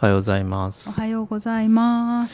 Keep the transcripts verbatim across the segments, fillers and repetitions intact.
はようございまおす。 はようございます。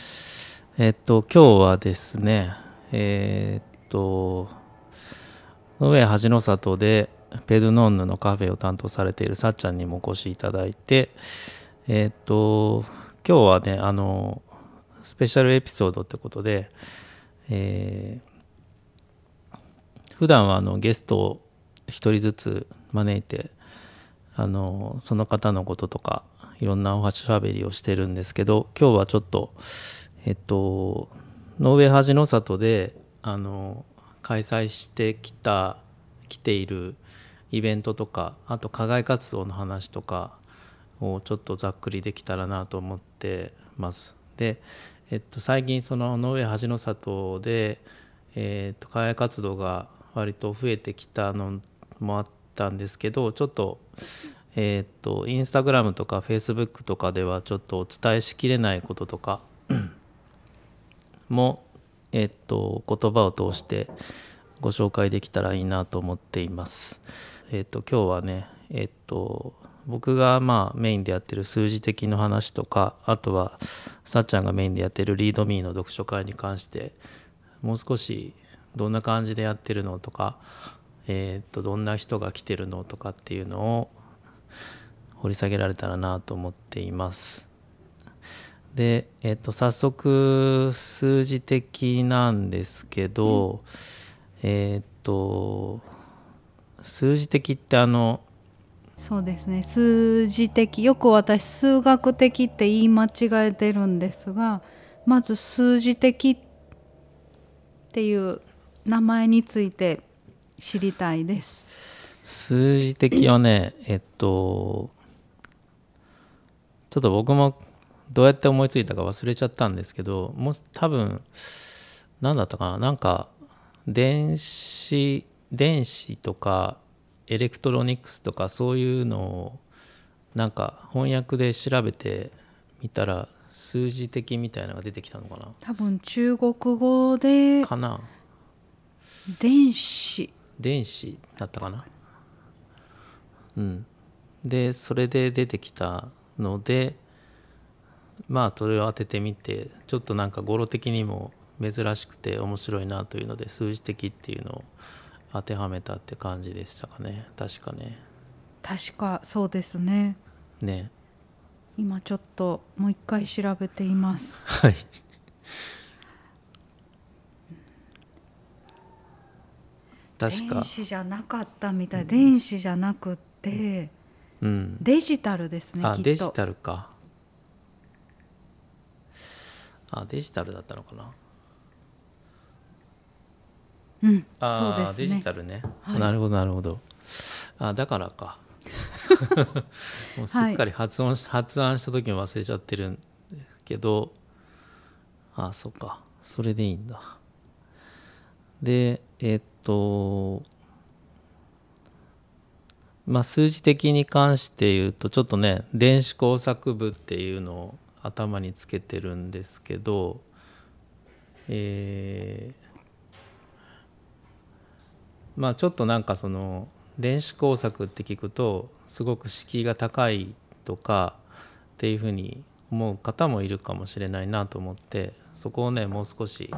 えっと今日はですね、えっと野上恥の里でペドノンヌのカフェを担当されているさっちゃんにもお越しいただいて、えっと今日はねあのスペシャルエピソードってことで、えー、普段はあのゲストを一人ずつ招いてあのその方のこととかいろんなおしゃべりをしてるんですけど、今日はちょっとえっと野上恥の里であの開催してきた来ているイベントとか、あと課外活動の話とかをちょっとざっくりできたらなと思ってます。で、えっと、最近その野上恥の里で、えっと、課外活動が割と増えてきたのもあったんですけど、ちょっとえっとインスタグラムとかフェイスブックとかではちょっとお伝えしきれないこととかも、えっと言葉を通してご紹介できたらいいなと思っています。えっと今日はね、えっと僕がまあメインでやってる数字的の話とか、あとはさっちゃんがメインでやってるリードミーの読書会に関してもう少しどんな感じでやってるのとか、えっとどんな人が来てるのとかっていうのを掘り下げられたらなと思っています。で、えっと、早速数字的なんですけど、えっと数字的ってあのそうですね、数字的、よく私数学的って言い間違えてるんですが、まず数字的っていう名前について知りたいです。 数字的はね、えっとちょっと僕もどうやって思いついたか忘れちゃったんですけど、もう多分何だったかな、なんか電子電子とかエレクトロニクスとかそういうのをなんか翻訳で調べてみたら数字的みたいなのが出てきたのかな多分中国語でかな電子電子だったかな。うんでそれで出てきたので、まあそれを当ててみて、ちょっとなんか語呂的にも珍しくて面白いなというので数字的っていうのを当てはめたって感じでしたかね。確かね。 確かそうですね。 ね。 今ちょっともう一回調べています。 はい。確か電子じゃなかったみたい。電子じゃなくってうんデジタルですね、 あデジきっと。 タルか。あデジタルだったのかな。 うん、そうであデジすね。 タルね、 はい、 なるほどなるほど。あだからかもうすっはい、 かり発音し発案した時も忘れちゃってるんですけど、あそっか、それでいいんだ。でえっとまあ数字的に関して言うとちょっとね電子工作部っていうのを頭につけてるんですけど、えーまあちょっとなんかその電子工作って聞くとすごく敷居が高いとかっていうふうに思う方もいるかもしれないなと思って、そこをねもう少し、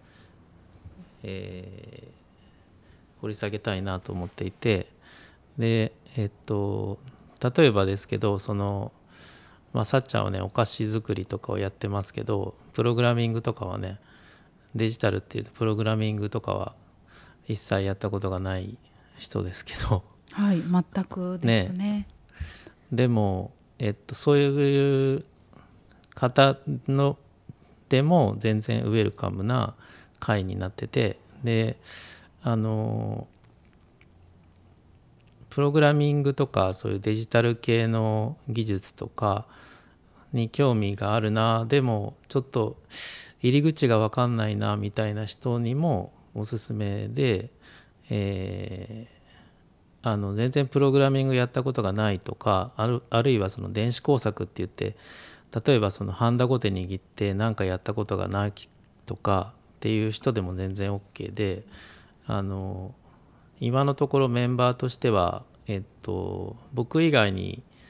えー掘り下げたいなと思っていて、でえっと例えばですけど、そのまあさっちゃんはねお菓子作りとかをやってますけど、プログラミングとかはね、デジタルっていうとプログラミングとかは一切やったことがない人ですけどはい、全くですね。 ね。 でも、えっと、そういう方のでも全然ウェルカムな会になってて、であのプログラミングとかそういうデジタル系の技術とかに興味があるな、でもちょっと入り口が分かんないなみたいな人にもおすすめで、えー、あの全然プログラミングやったことがないとか、ある、あるいはその電子工作って言って例えばそのハンダゴテ握って何かやったことがないとかっていう人でも全然 OK で、あの今のところメンバーとしては、えっと、僕以外に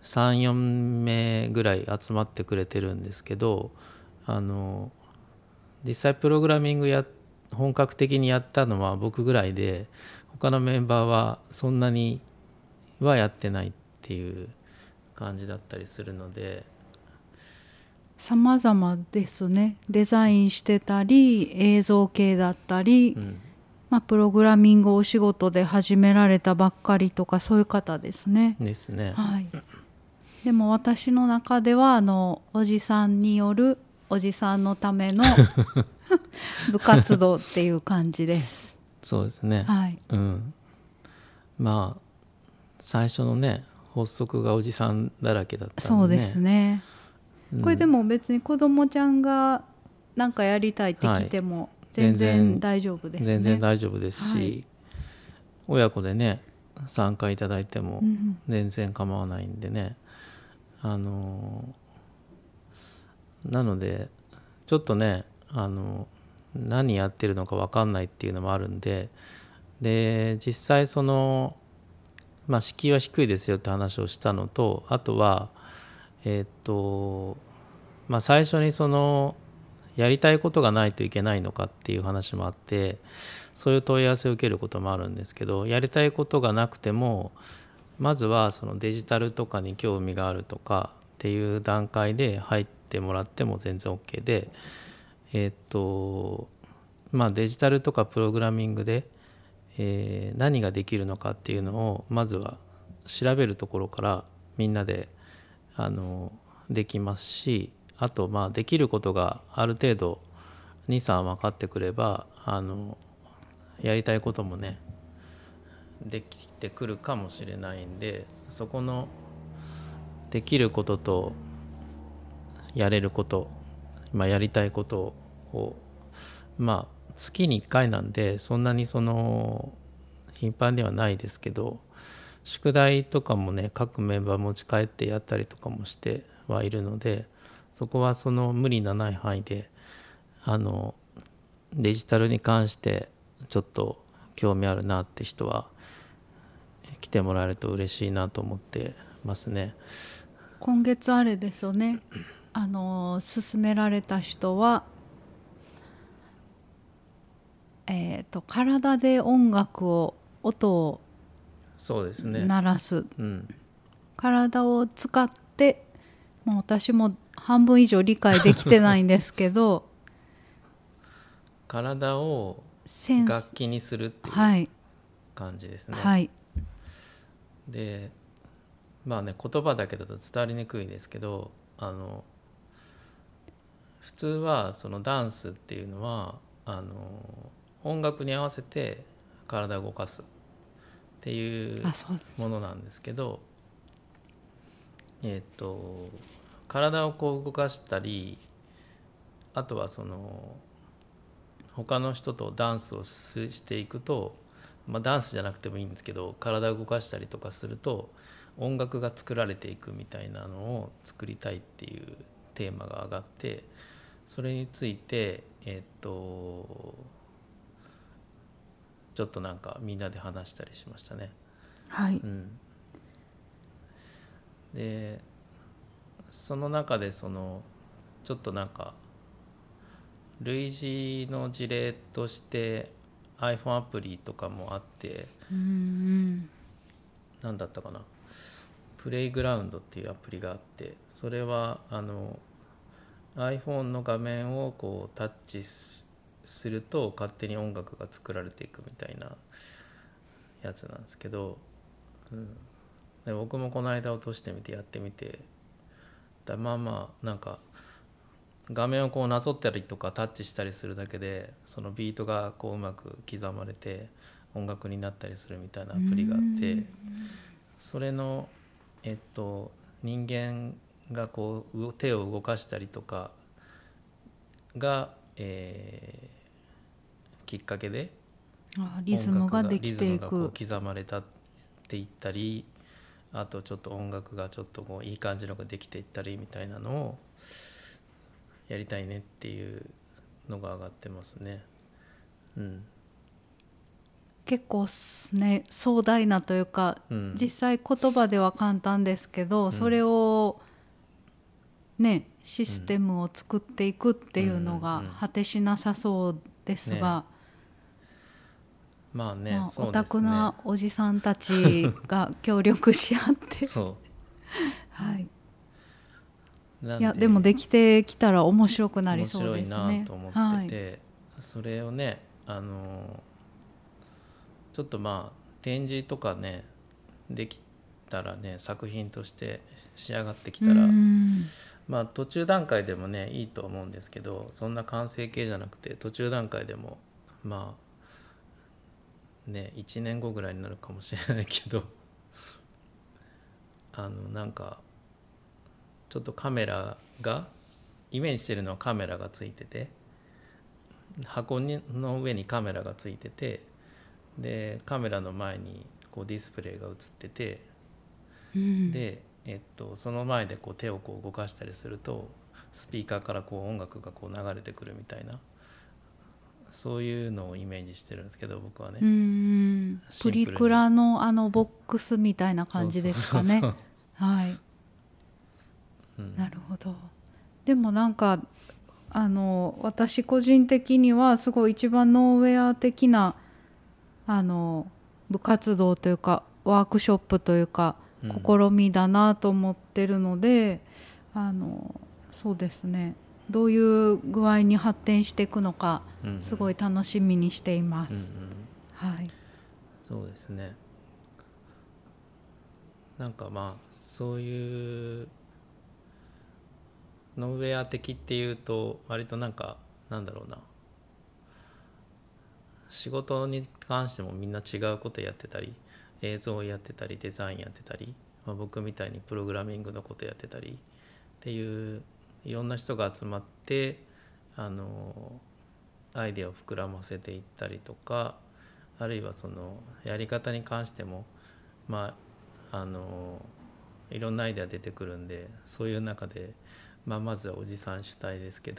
さん、よんめいぐらい集まってくれてるんですけど、あの実際プログラミングや本格的にやったのは僕ぐらいで、他のメンバーはそんなにはやってないっていう感じだったりするので、 様々ですね。デザインしてたり映像系だったり、 うんまあ、プログラミングをお仕事で始められたばっかりとかそういう方ですね。 ですね。 はい、でも私の中ではあのおじさんによるおじさんのための部活動っていう感じです。 そうですね。 はい、 うん。まあ最初のね発足がおじさんだらけだったそうですんでね。 ね。 うん、 これでも別に子どもちゃんがなんかやりたいって来ても全然大丈夫ですね。 全然大丈夫ですし、 はい、 親子でね参加いただいてもうん全然構わないんでね、あのなのでちょっとね、あの何やってるのか分かんないっていうのもあるんで、で実際そのまあ敷居は低いですよって話をしたのと、あとはえーっとまあ最初にそのやりたいことがないといけないのかっていう話もあって、そういう問い合わせを受けることもあるんですけど、やりたいことがなくてもまずはそのデジタルとかに興味があるとかっていう段階で入ってもらっても全然 OK で、えーっとまあデジタルとかプログラミングで、えー何ができるのかっていうのをまずは調べるところからみんなであのできますし、あとまあできることがある程度に、さん分かってくれば、あのやりたいこともねできてくるかもしれないんで、そこのできることとやれること、まあ、やりたいことをまあ月にいっかいなんでそんなにその頻繁ではないですけど、宿題とかもね各メンバー持ち帰ってやったりとかもしてはいるので、そこはその無理のない範囲であのデジタルに関してちょっと興味あるなって人は来てもらえると嬉しいなと思ってますね。 今月あれですよね、あの勧められた人は、えーと、体で音楽を音をそうですね。 鳴らす、 うん。 体を使って、もう私も半分以上理解できてないんですけど体をセンス、 楽器にするっていうはい感じですね。 はい、 でまあね言葉だけだと伝わりにくいですけど、あの普通はそのダンスっていうのはあの音楽に合わせて体を動かすっていうあ、そうですものなんですけど、えっと体をこう動かしたり、あとはその他の人とダンスをししていくと、まあ、ダンスじゃなくてもいいんですけど体を動かしたりとかすると音楽が作られていくみたいなのを作りたいっていうテーマが上がって、それについてえっとちょっとなんかみんなで話したりしましたね。 はい、 うん、でその中でそのちょっとなんか類似の事例として iPhone アプリとかもあって、 うん、 何だったかな、プレイグラウンドっていうアプリがあって、それはあの iPhone の画面をこうタッチすると勝手に音楽が作られていくみたいなやつなんですけど、うん、で僕もこの間落としてみてやってみて、だまあまあなんか画面をこうなぞったりとかタッチしたりするだけでそのビートがこううまく刻まれて音楽になったりするみたいなアプリがあって、それのえっと人間がこう手を動かしたりとかが、えー、きっかけであ、リズムができていリズムがこうく。 刻まれたっていったり、あとちょっと音楽がちょっとこういい感じのができていったりみたいなのをやりたいねっていうのが上がってますね。うん。 結構すね壮大なというか、 うん、 実際言葉では簡単ですけど、 うん、 それをねシステムを作っていくっていうのが果てしなさそうですが、 ね、まあね、 まあ、オそうですね。 タクなおじさんたちが協力し合ってそうはい、 なんいやでもできてきたら面白くなり面そう白いなですね。 と思ってて、 はい、 それをねあのちょっとまあ展示とかねできたらね、作品として仕上がってきたら、まあ途中段階でもねいいと思うんですけど、そんな完成形じゃなくて途中段階でもまあねいちねんごぐらいになるかもしれないけどあのなんかちょっとカメラがイメージしてるのはカメラがついてて、箱の上にカメラがついてて、でカメラの前にこうディスプレイが映ってて、 うん、 で、えっと、その前でこう手をこう動かしたりするとスピーカーからこう音楽がこう流れてくるみたいな、そういうのをイメージしてるんですけど僕はね。 うん、プリクラのあのボックスみたいな感じですかね。はい、うん、なるほど。でもなんかあの私個人的にはすごい一番ノーウェア的なあの部活動というかワークショップというか試みだなと思ってるので、うん、あのそうですね、どういう具合に発展していくのかすごい楽しみにしています。うんうん、はい、 そうですね。なんかまあそういうノーウェア的っていうと割となんかなんだろうな、仕事に関してもみんな違うことやってたり、映像やってたりデザインやってたり、まあ、僕みたいにプログラミングのことやってたりっていういろんな人が集まってあのアイデアを膨らませていったりとか、あるいはそのやり方に関してもまああのいろんなアイデア出てくるんで、そういう中で、まあ、まずはおじさん主体ですけど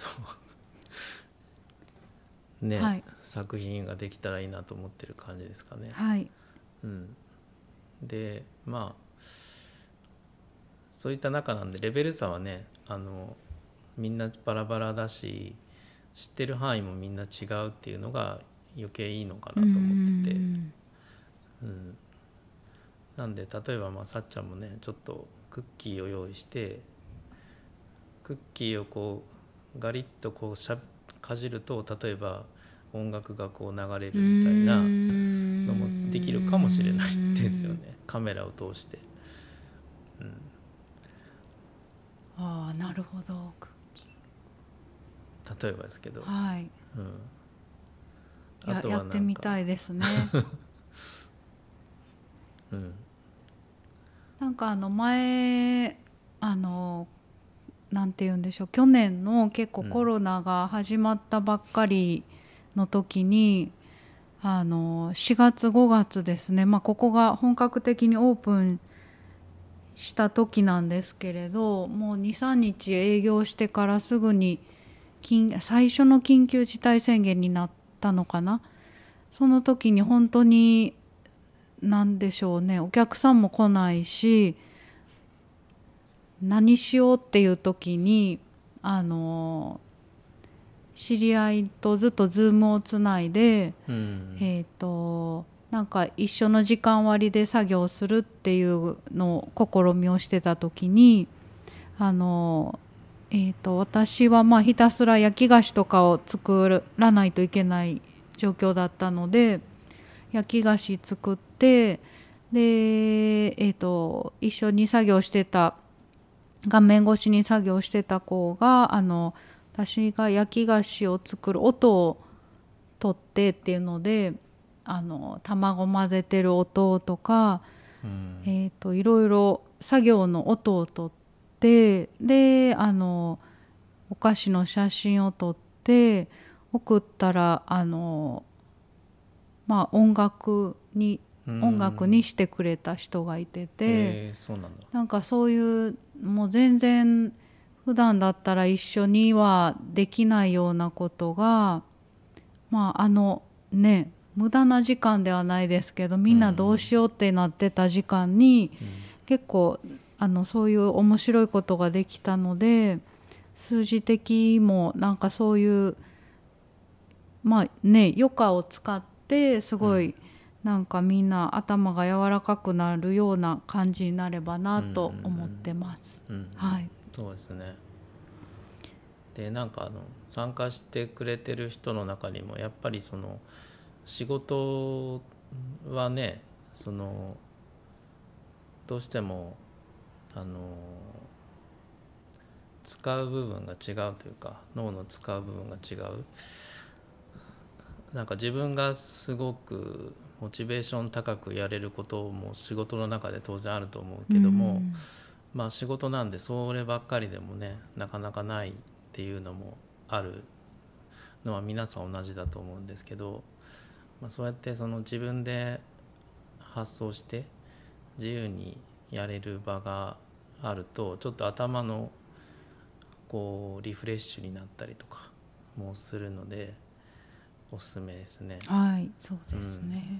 ね、はい、作品ができたらいいなと思ってる感じですかね。 はい、 うん、でまあそういった中なんでレベル差はねあのみんなバラバラだし知ってる範囲もみんな違うっていうのが余計いいのかなと思ってて、うん、うん、なんで例えばまあさっちゃんもねちょっとクッキーを用意してクッキーをこうガリッとこうしゃかじると例えば音楽がこう流れるみたいなのもできるかもしれないですよね、カメラを通して、うん、 ああなるほど、 例えばですけど、 はい、 うん、 あとはやってみたいですね、うん、なんかあの前あのなんて言うんでしょう、去年の結構コロナが始まったばっかりの時に、うん、あのしがつごがつですね、まあ、ここが本格的にオープンした時なんですけれど、もう にさんにち営業してからすぐに最初の緊急事態宣言になったのかな。その時に本当に何でしょうね、お客さんも来ないし何しようっていう時にあの知り合いとずっとズームをつないで、うん、えっとなんか一緒の時間割で作業するっていうのを試みをしてた時にあの、えー、と私はまあひたすら焼き菓子とかを作らないといけない状況だったので焼き菓子作ってで、えー、と一緒に作業してた画面越しに作業してた子があの私が焼き菓子を作る音を取ってっていうのであの卵混ぜてる音とか、うん、えーといろいろ作業の音を取ってであのお菓子の写真を撮って送ったらあの、まあ、音楽に音楽にしてくれた人がいてて、 えー、そうなんだ。 なんかそういうもう全然普段だったら一緒にはできないようなことが、まあ、あのね無駄な時間ではないですけど、みんなどうしようってなってた時間に、うん、結構あのそういう面白いことができたので、数字的もなんかそういうまあね余暇を使ってすごい、うん、なんかみんな頭が柔らかくなるような感じになればなと思ってます。はい。 そうですね。でなんかあの参加してくれてる人の中にもやっぱりその仕事はね、そのどうしてもあの使う部分が違うというか、脳の使う部分が違う。なんか自分がすごくモチベーション高くやれることも仕事の中で当然あると思うけども、まあ仕事なんでそればっかりでもねなかなかないっていうのもあるのは皆さん同じだと思うんですけど、まあ、そうやってその自分で発想して自由にやれる場があると、ちょっと頭のこうリフレッシュになったりとかもするのでおすすめですね。 はい、そうですね、うん、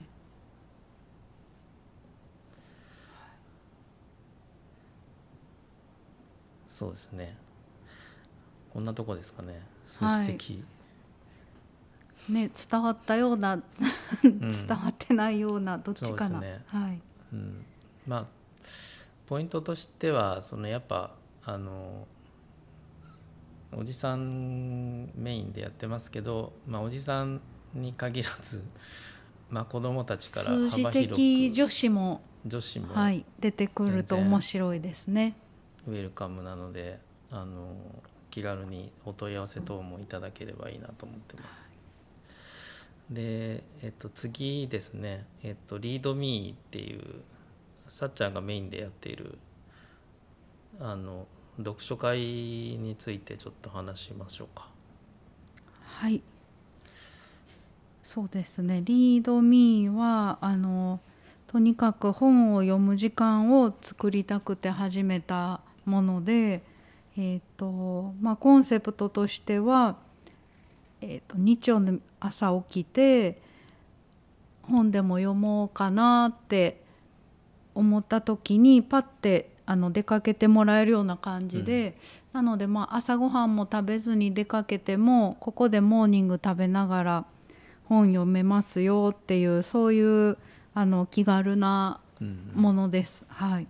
そうですね。こんなとこですかね。数字的、はいね、伝わったような伝わってないような、どっちかな。そうですね、はい、 うん、まあポイントとしてはそのやっぱあのおじさんメインでやってますけど、まあ、おじさんに限らず、まあ、子どもたちから幅広く数字的女子も女子も、 はい、出てくると面白いですね。 ウェルカムなので、あの気軽にお問い合わせ等もいただければいいなと思ってます。で、えっと、次ですね、えっと、リードミーっていうさっちゃんがメインでやっているあの読書会についてちょっと話しましょうか。 はい、そうですね。リードミーはあのとにかく本を読む時間を作りたくて始めたもので、えーとまあ、コンセプトとしては、えーと日曜の朝起きて本でも読もうかなって思った時にパッてあの出かけてもらえるような感じで、うん、なのでまあ朝ごはんも食べずに出かけてもここでモーニング食べながら本読めますよっていう、そういうあの気軽なものです。うんうん、はい。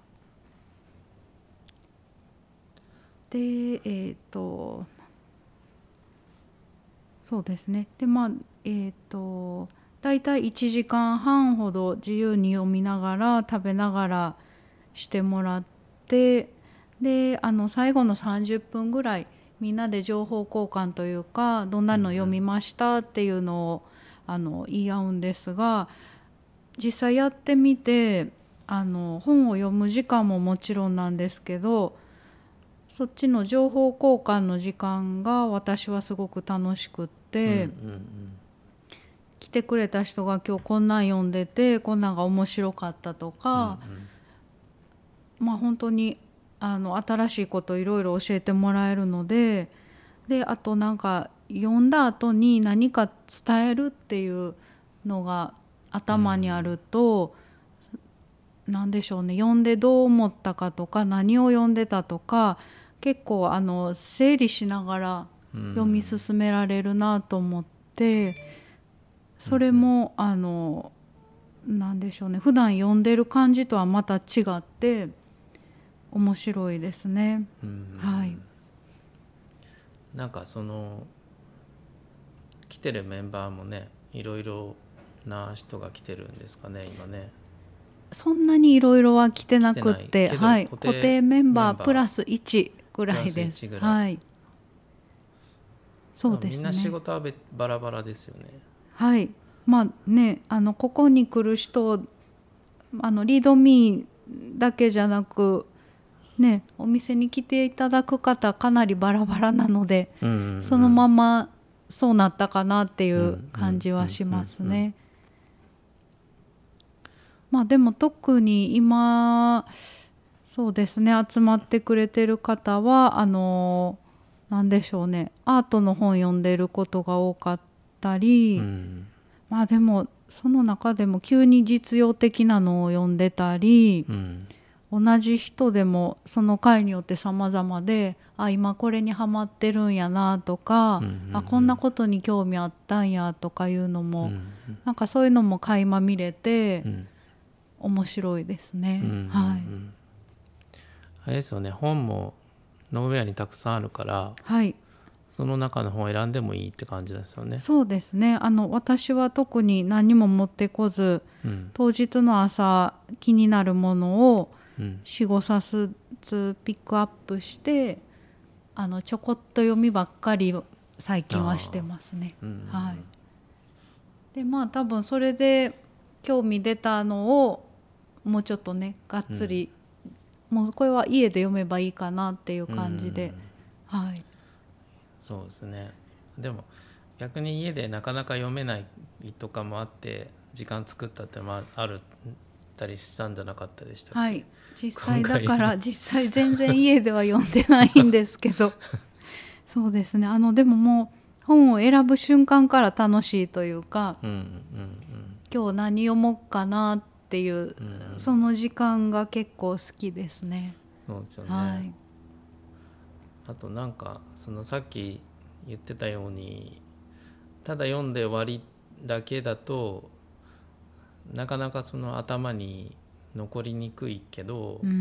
でえっとそうですね。でまあえっとだいたいいちじかんはんほど自由に読みながら食べながらしてもらって、であの最後のさんじゅっぷんぐらいみんなで情報交換というか、どんなの読みましたっていうのをあの言い合うんですが、実際やってみてあの本を読む時間ももちろんなんですけど、そっちの情報交換の時間が私はすごく楽しくって、うんうんうん、来てくれた人が今日こんなん読んでてこんなんが面白かったとか、うんうん、まあ本当にあの新しいこといろいろ教えてもらえるので、であとなんか読んだ後に何か伝えるっていうのが頭にあると、うん、なんでしょうね、読んでどう思ったかとか何を読んでたとか結構あの整理しながら読み進められるなと思って、うん、それもあのなんでしょうね、普段読んでる感じとはまた違って面白いですね。うん、はい。 なんかその来てるメンバーもね、いろいろな人が来てるんですかね今ね。 そんなにいろいろは来てなくって、はい、固定メンバープラスいちぐらいです。はい。 そうですね。みんな仕事はバラバラですよね。 はい。まあね、あのここに来る人、あのリードミーだけじゃなくね、お店に来ていただく方かなりバラバラなので、うんうんうん、そのままそうなったかなっていう感じはしますね。まあでも特に今そうですね、集まってくれてる方はあのなんでしょうね、アートの本読んでることが多かったり、うん、まあでもその中でも急に実用的なのを読んでたり、 うん、 同じ人でもその回によって様々で、あ今これにハマってるんやなとか、 うんうんうん、 あこんなことに興味あったんやとかいうのも、 うんうん、 なんかそういうのも垣間見れて、 うん、 面白いですね、 うんうんうん、 はい、 あれですよね、本もノーウェアにたくさんあるから、 はい、 その中の本を選んでもいいって感じですよね。 そうですね。あの私は特に何も持ってこず、 うん、 当日の朝気になるものをうん、 よん、ごさつピックアップして、あのちょこっと読みばっかり最近はしてますね、 うんうんうん、 はい。でまあ多分それで興味出たのをもうちょっとねがっつり、うん、もうこれは家で読めばいいかなっていう感じで、うん、はい。 そうですね。でも逆に家でなかなか読めないとかもあって時間作ったってのもあるたりしたんじゃなかったでしたっけ？ はい、実際だから実際全然家では読んでないんですけどそうですね。あのでももう本を選ぶ瞬間から楽しいというか、 うんうんうん、 今日何読もうかなっていう、うん、その時間が結構好きですね。 そうですよね、 はい、 あとなんかそのさっき言ってたようにただ読んで終わりだけだとなかなかその頭に残りにくいけど、 うん、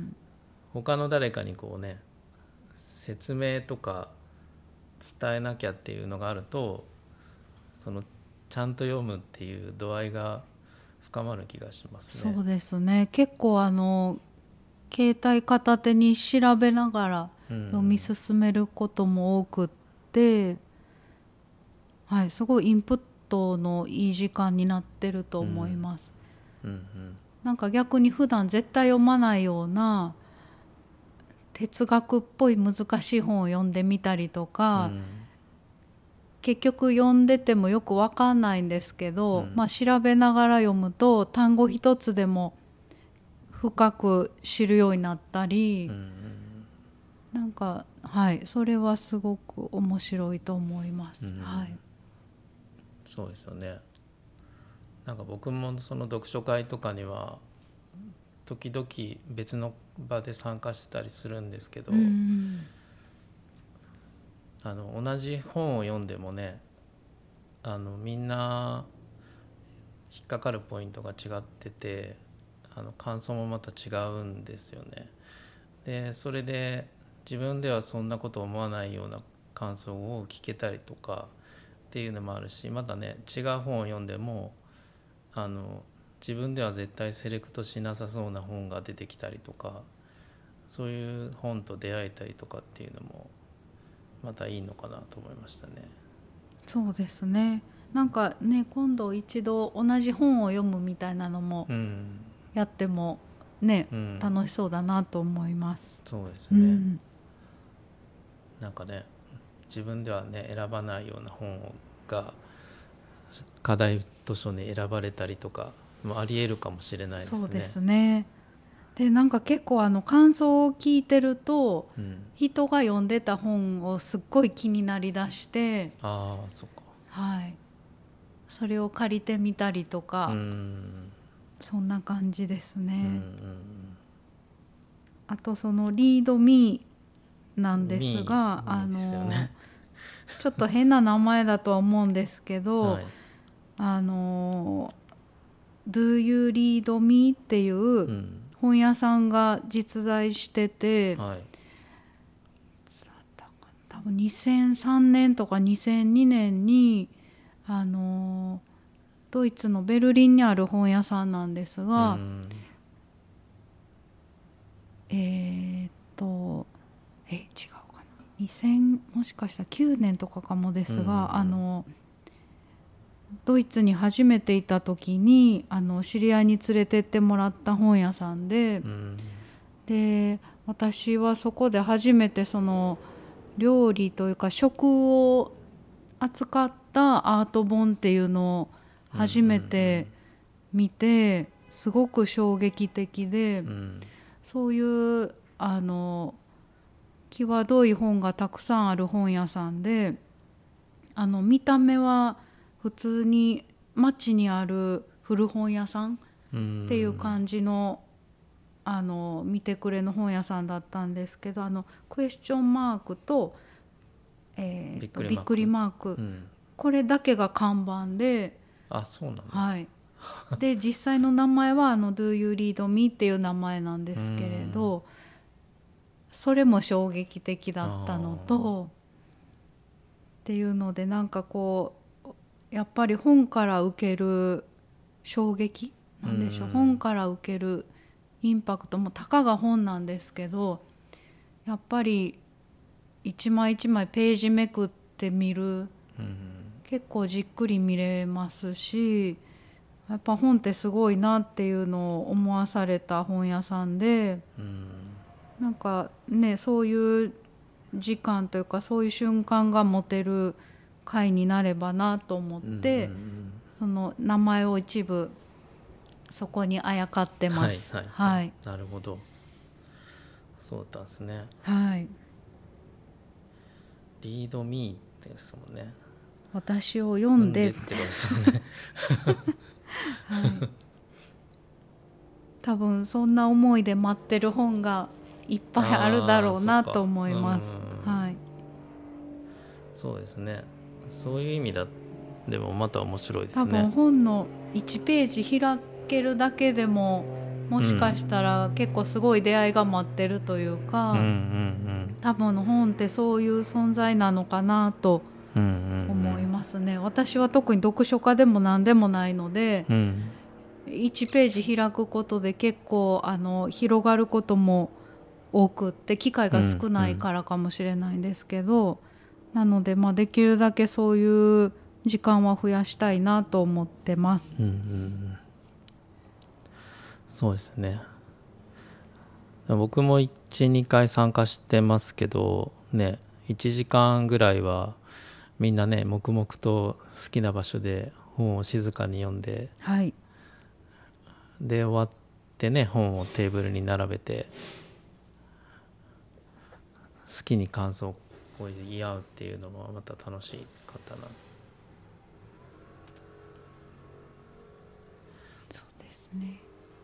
他の誰かにこうね説明とか伝えなきゃっていうのがあるとそのちゃんと読むっていう度合いが深まる気がしますね。 そうですね。結構あの携帯片手に調べながら読み進めることも多くって、うん、はい、すごいインプットのいい時間になってると思います、うんうんうん、なんか逆に普段絶対読まないような哲学っぽい難しい本を読んでみたりとか、うん、結局読んでてもよく分かんないんですけど、うん、まあ、調べながら読むと単語一つでも深く知るようになったり、うんうん、なんかはいそれはすごく面白いと思います、うん、はい、 そうですよね。なんか僕もその読書会とかには時々別の場で参加してたりするんですけど、うん、あの同じ本を読んでもねあのみんな引っかかるポイントが違っててあの感想もまた違うんですよね。でそれで自分ではそんなこと思わないような感想を聞けたりとかっていうのもあるし、またね違う本を読んでもあの自分では絶対セレクトしなさそうな本が出てきたりとか、そういう本と出会えたりとかっていうのもまたいいのかなと思いましたね。 そうですね。なんかね今度一度同じ本を読むみたいなのもやってもね、うん、楽しそうだなと思います。 そうですね、うん、なんかね自分ではね選ばないような本が課題図書に選ばれたりとかもありえるかもしれないですね。 そうですね。でなんか結構あの感想を聞いてると、うん、人が読んでた本をすっごい気になりだして、 ああそうか、 はい、それを借りてみたりとか、うん、そんな感じですね、うんうん、あとそのリードミーなんですが、あのですよね、ちょっと変な名前だとは思うんですけど、はい、あの Do You Read Me っていう本屋さんが実在してて、はい、多分にせんさんねんとかにせんにねんにあのドイツのベルリンにある本屋さんなんですが、うん、えー、っとえ違うかなにせんもしかしたらきゅうねんとかかもですが、うん、あのドイツに初めていた時にあの知り合いに連れてってもらった本屋さんで、うん、で私はそこで初めてその料理というか食を扱ったアート本っていうのを初めて見てすごく衝撃的で、うん、そういうあの際どい本がたくさんある本屋さんで、あの見た目は普通に町にある古本屋さんっていうじ。 感じのあの見てくれの本屋さんだったんですけど、あのクエスチョンマークと、えー、とびっくりマーク、 うん、 これだけが看板で、 あ、そうなんだ。 はい、で実際の名前はあの Do You Read Me っていう名前なんですけれど、それも衝撃的だったのとっていうので、なんかこうやっぱり本から受ける衝撃なんでしょう、本から受けるインパクトもたかが本なんですけど、やっぱり一枚一枚ページめくって見る、 うん、 結構じっくり見れますし、やっぱ本ってすごいなっていうのを思わされた本屋さんで、 うん、 なんかね、そういう時間というかそういう瞬間が持てる会になればなと思って、 うんうんうん、 その名前を一部そこにあやかってます。 はいはい、 はい、 なるほど。そうだったんですね。 はい、 リードミーですもんね。 私を読んで、 読んでってことですよね。 はい、多分そんな思いで待ってる本がいっぱいあるだろうなと思います。はい、 そうですね。そういう意味だでもまた面白いですね。 多分本のいちページ開けるだけでももしかしたら結構すごい出会いが待ってるというか、 うんうんうん、 多分本ってそういう存在なのかなとうんうんうん、 思いますね。私は特に読書家でも何でもないので、 うん、 いちページ開くことで結構あの広がることも多くって機会が少ないからかもしれないんですけど、なのでまあできるだけそういう時間は増やしたいなと思ってます。 うんうん、そうですね。僕もいちにかい参加してますけどね、いちじかんぐらいはみんなね黙々と好きな場所で本を静かに読んで、 はい、 で終わってね本をテーブルに並べて好きに感想を言い合うっていうのもまた楽しかったな。 そうですね。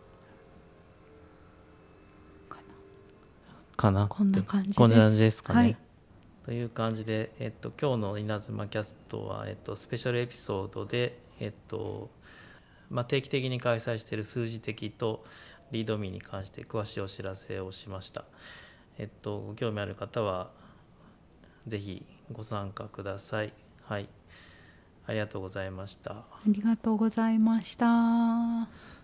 かな。 かなこんな感じです。 こんな感じですかね。 はい、 という感じで、えっと、今日の稲妻キャストは、えっと、スペシャルエピソードで、えっとまあ、定期的に開催している数字的とリードミーに関して詳しいお知らせをしました。えっと、ご興味ある方はぜひご参加ください。はい、ありがとうございました。 ありがとうございました。